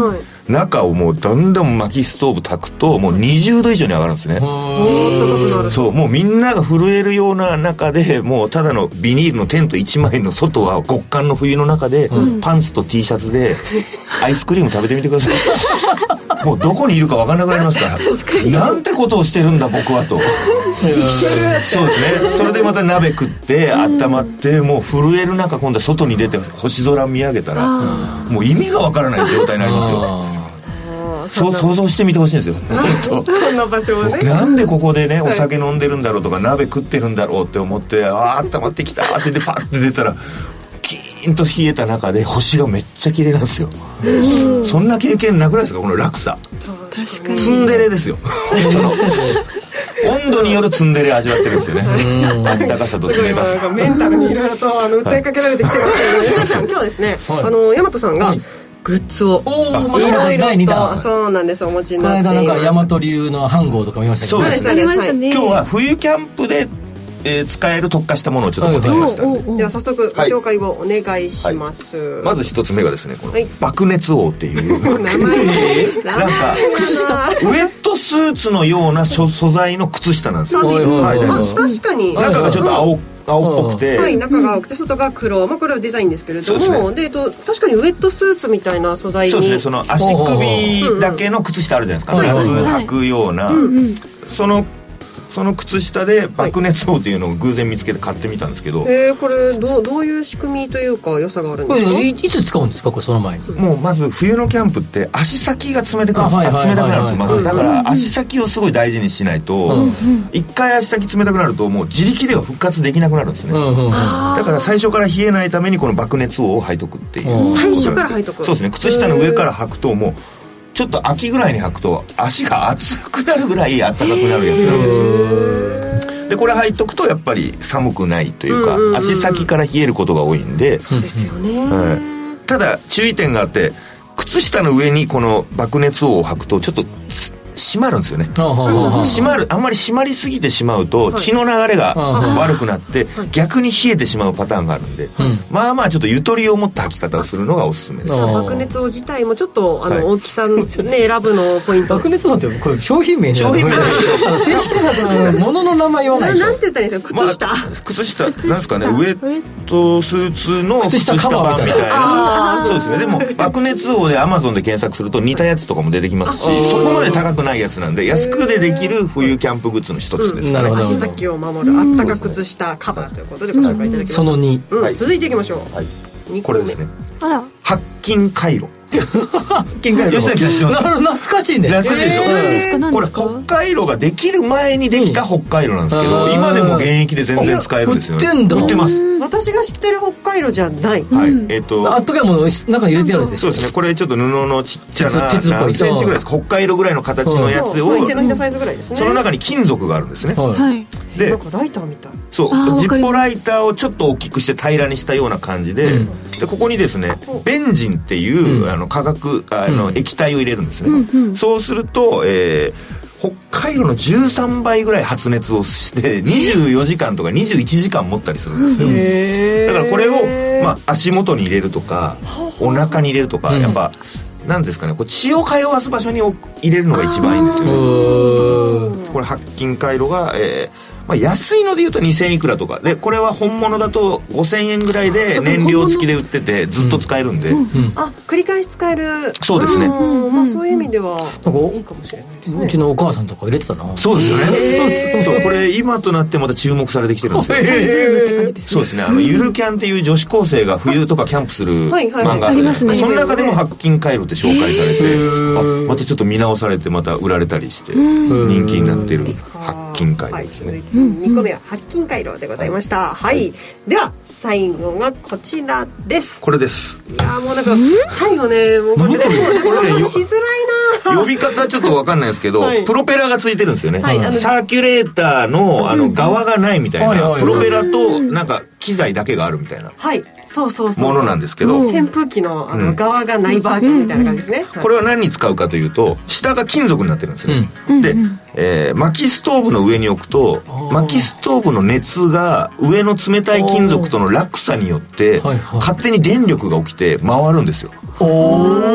中をもうどんどん薪ストーブ炊くともう20度以上に上がるんですね。そう、もうみんなが震えるような中で、もうただのビニールのテント1枚の外は極寒の冬の中で、パンツと T シャツでアイスクリーム食べてみてください。もうどこにいるか分からなくなりますから。なんてことをしてるんだ僕はと。生きてる。そうですね。それでまた鍋食って温まって、もう震える中今度は外に出て星空見上げたらもう意味が分からない状態になりますよ。想像してみてほしいんですよ。 そんな場所をね。 なんでここでねお酒飲んでるんだろうとか鍋食ってるんだろうって思って、あ温まってきたってでパッて出たらキーンと冷えた中で星がめっちゃ綺麗なんですよ。そんな経験なくないですか、この落差。 確かにツンデレですよ。温度によるツンデレ味わってるんですよね。あったかさと冷たさ。 メンタルにいろいろと訴えかけられてきてますけど、今日はですね、大和さんがグッズをいろいろと、そうなんです、お持ちになっています。 この間なんか大和流の飯盒とか見ましたけど、 そうですね。今日は冬キャンプで使える特化したものをちょっと持ってきました。 では早速ご紹介をお願いします。 まず一つ目がですね、この爆熱王っていうなんか靴下、ウェットスーツのような素材の靴下なんですよ。 確かに中がちょっと青っぽくて、 はい、中が青くて外が黒、これはデザインですけれども、で確かにウェットスーツみたいな素材に、 そうですね、その足首だけの靴下あるじゃないですか、夏履くような、その靴下で爆熱王というのを偶然見つけて買ってみたんですけど、 これどういう仕組みというか良さがあるんですか。 いつ使うんですかこれ、その前に。 もうまず冬のキャンプって足先が冷たくなるんですよ。だから足先をすごい大事にしないと、一回足先冷たくなるともう自力では復活できなくなるんですね。だから最初から冷えないためにこの爆熱王を履いとくっていう。 最初から履いとく。 そうですね。靴下の上から履くともうちょっと秋ぐらいに履くと足が熱くなるぐらい暖かくなるやつなんですよ。でこれ履いとくとやっぱり寒くないというか、足先から冷えることが多いんで。 そうですよね。 ただ注意点があって、靴下の上にこの爆熱王を履くとちょっと締まるんですよね。締まる、あんまり締まりすぎてしまうと血の流れが悪くなって逆に冷えてしまうパターンがあるんで、まあちょっとゆとりを持った履き方をするのがおすすめです。 爆熱王自体もちょっと大きさね選ぶのポイント。 爆熱王ってこれ商品名じゃないですけど、正式なものの名前言わないと。 なんて言ったらいいんですか。 靴下なんですかね、ウェットスーツの靴下版みたいな。そうですね。でも爆熱王で Amazon で検索すると似たやつとかも出てきますし、そこまで高くないやつなんで安くでできる冬キャンプグッズの一つです、 足先を守るあったか靴下カバーということでご紹介いただきました。 その2、 続いていきましょう。 これですね。白金回路。 吉崎さん知ってますか。 懐かしいね。 懐かしいでしょ。これ北海道ができる前にできた北海道なんですけど、今でも現役で全然使えるんですよね。売ってます。 私が知ってる北海道じゃない。 あったかいもの中に入れてあるんですよ。 そうですね。これちょっと布のちっちゃな何センチぐらいです。北海道ぐらいの形のやつを、 手のひらサイズぐらいですね。 その中に金属があるんですね。 でなんかライターみたい。 そう、ジッポライターをちょっと大きくして平らにしたような感じで、でここにですねベンジンっていう化学液体を入れるんですね。そうすると、北海道の13倍ぐらい発熱をして24時間とか21時間持ったりするんですよ。だからこれを、足元に入れるとかお腹に入れるとか、やっぱなんですかね、こう血を通わす場所に入れるのが一番いいんですよ。これ白金回路が、安いので言うと2000いくらとかで、これは本物だと5000円ぐらいで燃料付きで売っててずっと使えるんで、 繰り返し使える。 そうですね。 そういう意味ではいいかもしれないですね。 うちのお母さんとか入れてたな。 そうですよね。そう、これ今となってまた注目されてきてるんですよ。そうですね。ゆるキャンっていう女子高生が冬とかキャンプする漫画ありますね。その中でも白金回路って紹介されて、またちょっと見直されてまた売られたりして人気になってる白金回路ですね。 2個目は白金回路でございました。はい。では最後がこちらです。 これです。 いやもうなんか最後ね、もうこれしづらいな。 呼び方ちょっと分かんないですけど、プロペラがついてるんですよね。サーキュレーターの側がないみたいな、プロペラとなんか機材だけがあるみたいな。 はい。そうものなんですけど、 扇風機の側がないバージョンみたいな感じですね。 これは何に使うかというと、下が金属になってるんですよね。で、薪ストーブの上に置くと、薪ストーブの熱が上の冷たい金属との落差によって勝手に電力が起きて回るんですよ。も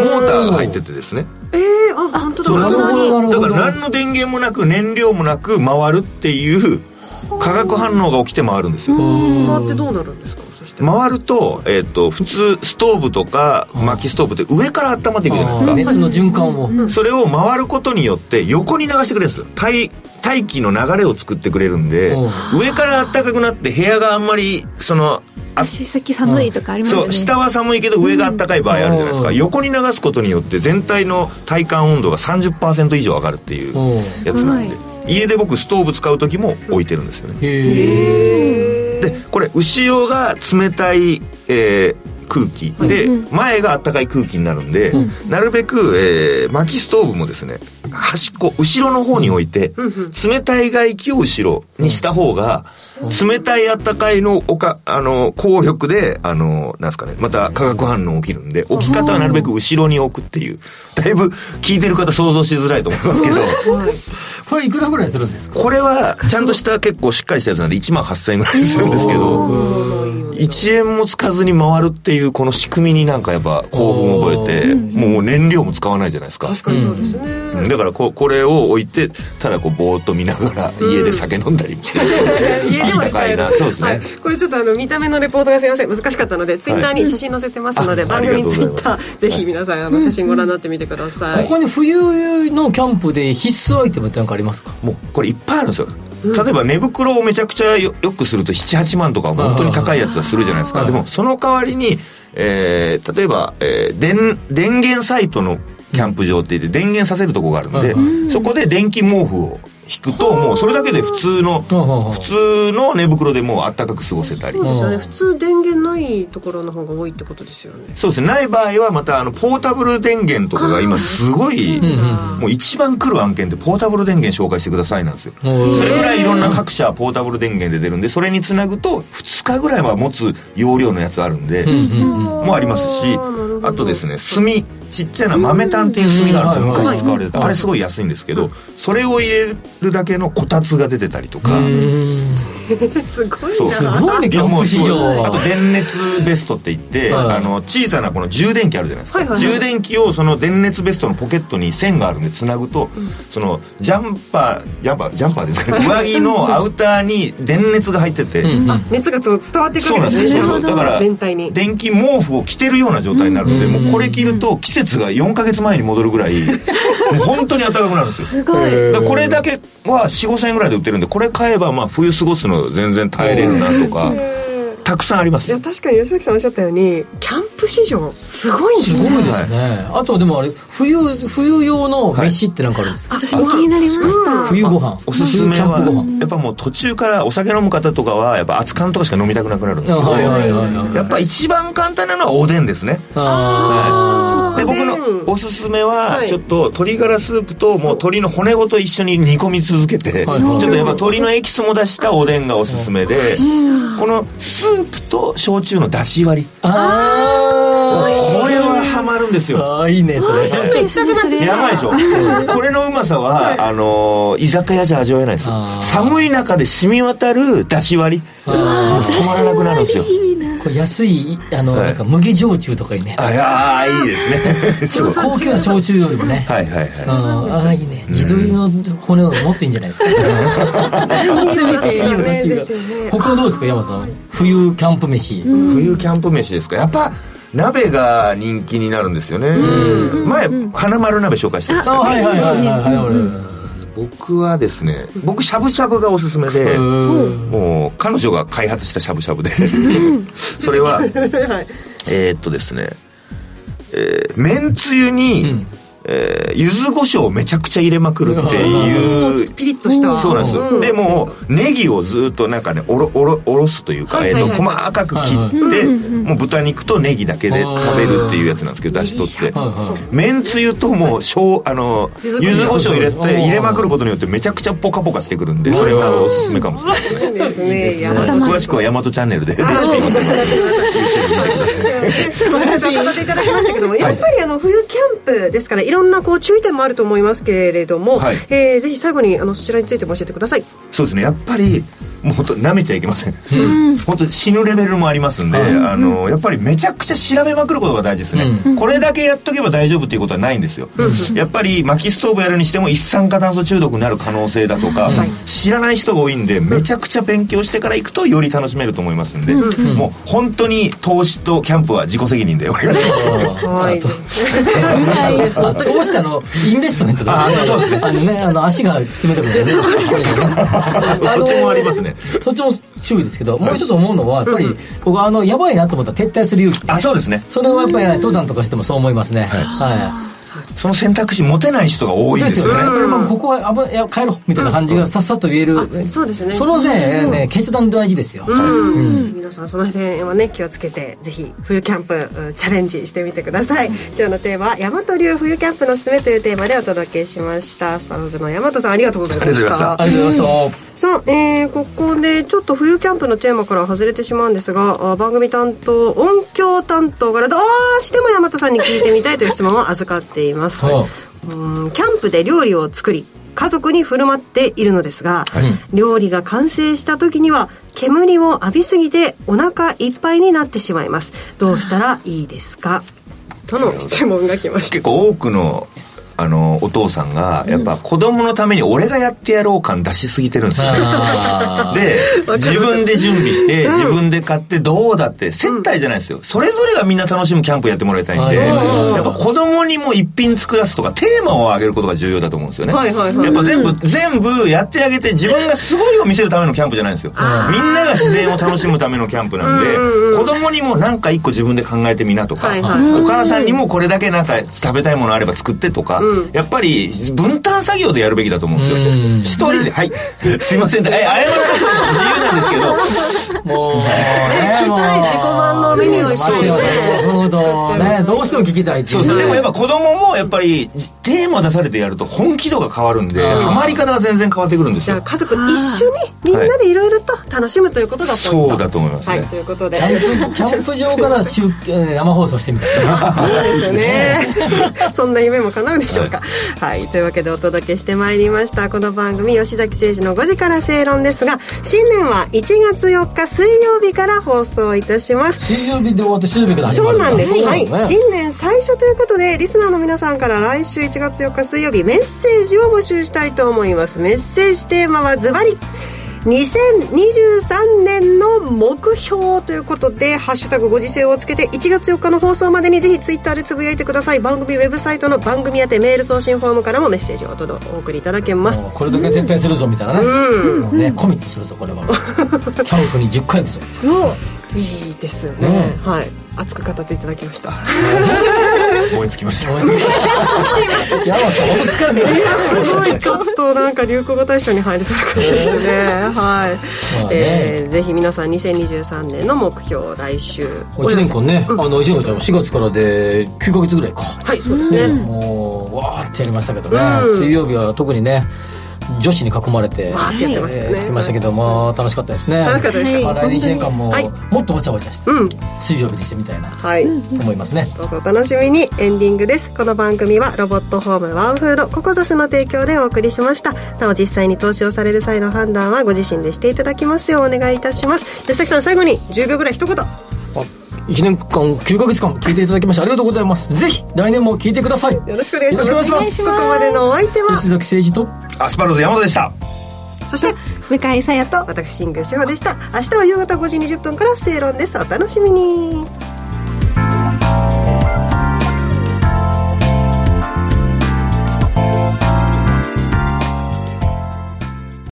ーターが入っててですね、 本当だ。 だから何の電源もなく燃料もなく回るっていう化学反応が起きて回るんですよ。 回ってどうなるんですか？ 回ると、普通ストーブとか薪ストーブって上から温まっていくじゃないですか。 熱の循環を、 それを回ることによって横に流してくれるんですよ。大気の流れを作ってくれるんで、上から暖かくなって部屋があんまり足先寒いとかありますよね。 そう、下は寒いけど上が暖かい場合あるじゃないですか。横に流すことによって全体の体感温度が 30% 以上上がるっていうやつなんで、家で僕ストーブ使う時も置いてるんですよね。でこれ後ろが冷たい、空気で、前が暖かい空気になるんで、なるべく、薪ストーブもですね、端っこ後ろの方に置いて、冷たい外気を後ろにした方が、冷たい暖かいの効力でなんですかね、また化学反応起きるんで、置き方はなるべく後ろに置くっていう、だいぶ聞いてる方想像しづらいと思いますけどこれいくらぐらいするんですか？ これはちゃんとした結構しっかりしたやつなんで18,000円ぐらいするんですけど、1円もつかずに回るっていうこの仕組みになんかやっぱ興奮を覚えて、もう燃料も使わないじゃないですか。 確かにそうですね。 だからこれを置いて、ただこうぼーっと見ながら家で酒飲んだりもして家でも高いな。そうですね、 これちょっと見た目のレポートがすいません難しかったので、ツイッターに写真載せてますので、番組ツイッターぜひ皆さん写真ご覧になってみてください。 ここに冬のキャンプで必須アイテムって何かありますか？ もうこれいっぱいあるんですよ。例えば寝袋をめちゃくちゃよくすると 7,8 万とか本当に高いやつはするじゃないですか。でもその代わりに、例えば、電源サイトのキャンプ場って言って電源させるとこがあるんで、そこで電気毛布を引くと、もうそれだけで普通の寝袋でもうあったかく過ごせたり。 そうですよね。普通電源ないところの方が多いってことですよね。 そうですね。ない場合はまたポータブル電源とかが今すごい、もう一番来る案件でポータブル電源紹介してくださいなんですよ。それぐらいいろんな各社ポータブル電源で出るんで、それにつなぐと2日ぐらいは持つ容量のやつあるんで、もありますし、あとですね、炭、ちっちゃな豆炭っていう炭があるんですよ。昔使われてた。あれすごい安いんですけど、それを入れるだけのこたつが出てたりとか。 すごいな。 すごいね、キャンプ市場。 あと電熱ベストって言って、小さなこの充電器あるじゃないですか。充電器をその電熱ベストのポケットに線があるんでつなぐと、そのジャンパーですかね、上着のアウターに電熱が入ってて、 熱が伝わってくるんですね。 そうなんですよ。だから全体に電気毛布を着てるような状態になるんで、もうこれ着ると季節が4ヶ月前に戻るぐらいもう本当に暖かくなるんですよ。 すごい。 だからこれだけは 4,5,000 円ぐらいで売ってるんで、これ買えばまあ冬過ごすの全然耐えれるなとかたくさんあります。 いや確かに吉崎さんおっしゃったようにキャンプ市場すごいんですね。 すごいですね。あとでもあれ冬用の飯ってなんかあるんですか？ 私も気になりました。 冬ご飯おすすめはやっぱもう途中からお酒飲む方とかはやっぱ熱燗とかしか飲みたくなくなるんですけど、やっぱ一番簡単なのはおでんですね。で僕のおすすめはちょっと鶏ガラスープともう鶏の骨ごと一緒に煮込み続けて、ちょっとやっぱ鶏のエキスも出したおでんがおすすめで、このスープと焼酎の出し割り、これはハマるんですよ。 いいねそれ。 やばいでしょ。これのうまさは居酒屋じゃ味わえないですよ。寒い中で染み渡る出し割り、止まらなくなるんですよ。 これ安いなんか麦焼酎とかにね。 いやいいですね。 高級な焼酎よりもね。 はいはいはい。 いいね。地鶏の骨のもっといいんじゃないですか。他はどうですか山さん？冬キャンプ飯。 冬キャンプ飯ですか。やっぱ鍋が人気になるんですよね。前花丸鍋紹介してましたけど、僕はですね、しゃぶしゃぶがおすすめで、もう彼女が開発したしゃぶしゃぶでそれはですね、めんつゆに柚子胡椒をめちゃくちゃ入れまくるっていう、 ピリッとした。 そうなんですよ。でもネギをずっとなんかねおろすというか、細かく切って、もう豚肉とネギだけで食べるっていうやつなんですけど、出しとってめんつゆともう柚子胡椒入れまくることによってめちゃくちゃポカポカしてくるんで、それはおすすめかもしれないですね。詳しくは大和チャンネルでレシピ載ってますので YouTube 見てください。 素晴らしい言っていただきましたけども、やっぱり冬キャンプですからいろんな注意点もあると思いますけれども、ぜひ最後にそちらについても教えてください。 そうですね、やっぱりもう本当舐めちゃいけません、本当死ぬレベルもありますんで、やっぱりめちゃくちゃ調べまくることが大事ですね、これだけやっとけば大丈夫っていうことはないんですよ、やっぱり薪ストーブやるにしても一酸化炭素中毒になる可能性だとか、知らない人が多いんでめちゃくちゃ勉強してから行くとより楽しめると思いますんで、もう本当に投資とキャンプは自己責任でお願いします。はい。 投資ってインベストメントだね。そうですね。足が冷たくなるね。 そっちもありますね。 そっちも注意ですけど、もう一つ思うのはやっぱり僕やばいなと思ったら撤退する勇気。 そうですね。 それはやっぱり登山とかしてもそう思いますね。はい。 その選択肢持てない人が多いんですよね。 ここは帰ろうみたいな感じがさっさと言える。 そうですね。 そのね決断大事ですよ。 皆さんその辺はね気をつけてぜひ冬キャンプチャレンジしてみてください。今日のテーマは大和流冬キャンプのすすめというテーマでお届けしました。スパローズの大和さんありがとうございました。 ありがとうございました。 さあ、ここでちょっと冬キャンプのテーマから外れてしまうんですが、番組担当音響担当からどうしても大和さんに聞いてみたいという質問を預かっています。キャンプで料理を作り家族に振る舞っているのですが、料理が完成した時には煙を浴びすぎてお腹いっぱいになってしまいます。どうしたらいいですかとの質問が来ました。 結構多くのお父さんがやっぱ子供のために俺がやってやろう感出しすぎてるんですよで自分で準備して自分で買ってどうだって接待じゃないですよ、それぞれがみんな楽しむキャンプやってもらいたいんで、やっぱ子供にも一品作らすとかテーマを上げることが重要だと思うんですよね、やっぱ全部やってあげて自分がすごいを見せるためのキャンプじゃないんですよ、みんなが自然を楽しむためのキャンプなんで、子供にもなんか一個自分で考えてみなとか、お母さんにもこれだけなんか食べたいものあれば作ってとか、やっぱり分担作業でやるべきだと思うんですよ。一人ではいすいません謝らなくても自由なんですけどもう自己満のメニューをそうですね、どうしても聞きたいっていう。 そうでもやっぱ子供もやっぱりテーマ出されてやると本気度が変わるんでハマり方が全然変わってくるんですよ。 じゃあ家族一緒にみんなでいろいろと楽しむということがポイント。 そうだと思いますね。 ということでキャンプ場から生放送してみたいな。 いいですよねそんな夢も叶うでしょうか。はい、というわけでお届けしてまいりましたこの番組吉崎誠二の5時から正論ですが、新年は1月4日水曜日から放送いたします。 水曜日で終わって水曜日から始まるんだ。 そうなんです、はい、新年最初ということでリスナーの皆さんから来週1月4日水曜日メッセージを募集したいと思います。メッセージテーマはズバリ2023年の目標ということでハッシュタグご時世をつけて1月4日の放送までにぜひツイッターでつぶやいてください。番組ウェブサイトの番組宛てメール送信フォームからもメッセージをお送りいただけます。 これだけ絶対するぞみたいなね、もうねコミットするぞこれはキャンプに10回行くぞいいですね、はい、熱く語っていただきました燃え尽きました山さん本当疲れてる。 すごいちょっとなんか流行語大賞に入りそうな感じですねはい、ぜひ皆さん2023年の目標来週 1年間ね、1年間4月からで9ヶ月ぐらいか。 はいそうですね、 もうわーってやりましたけどね、水曜日は特にね女子に囲まれてわーってやってましたね、 来ましたけども楽しかったですね。 楽しかったですか。 来年1年間ももっとわちゃわちゃして水曜日にしてみたいな思いますね。 どうぞお楽しみに。エンディングです。この番組はロボットホームワンフードココザスの提供でお送りしました。なお実際に投資をされる際の判断はご自身でしていただきますようお願いいたします。吉崎さん最後に10秒ぐらい一言。 1年間9ヶ月間聞いていただきましてありがとうございます。ぜひ来年も聞いてください。 よろしくお願いします。ここまでのお相手は吉崎誠二とアスパラの山本でした。 そして向井沙耶と私新宮志保でした。明日は夕方5時20分から正論です。お楽しみに。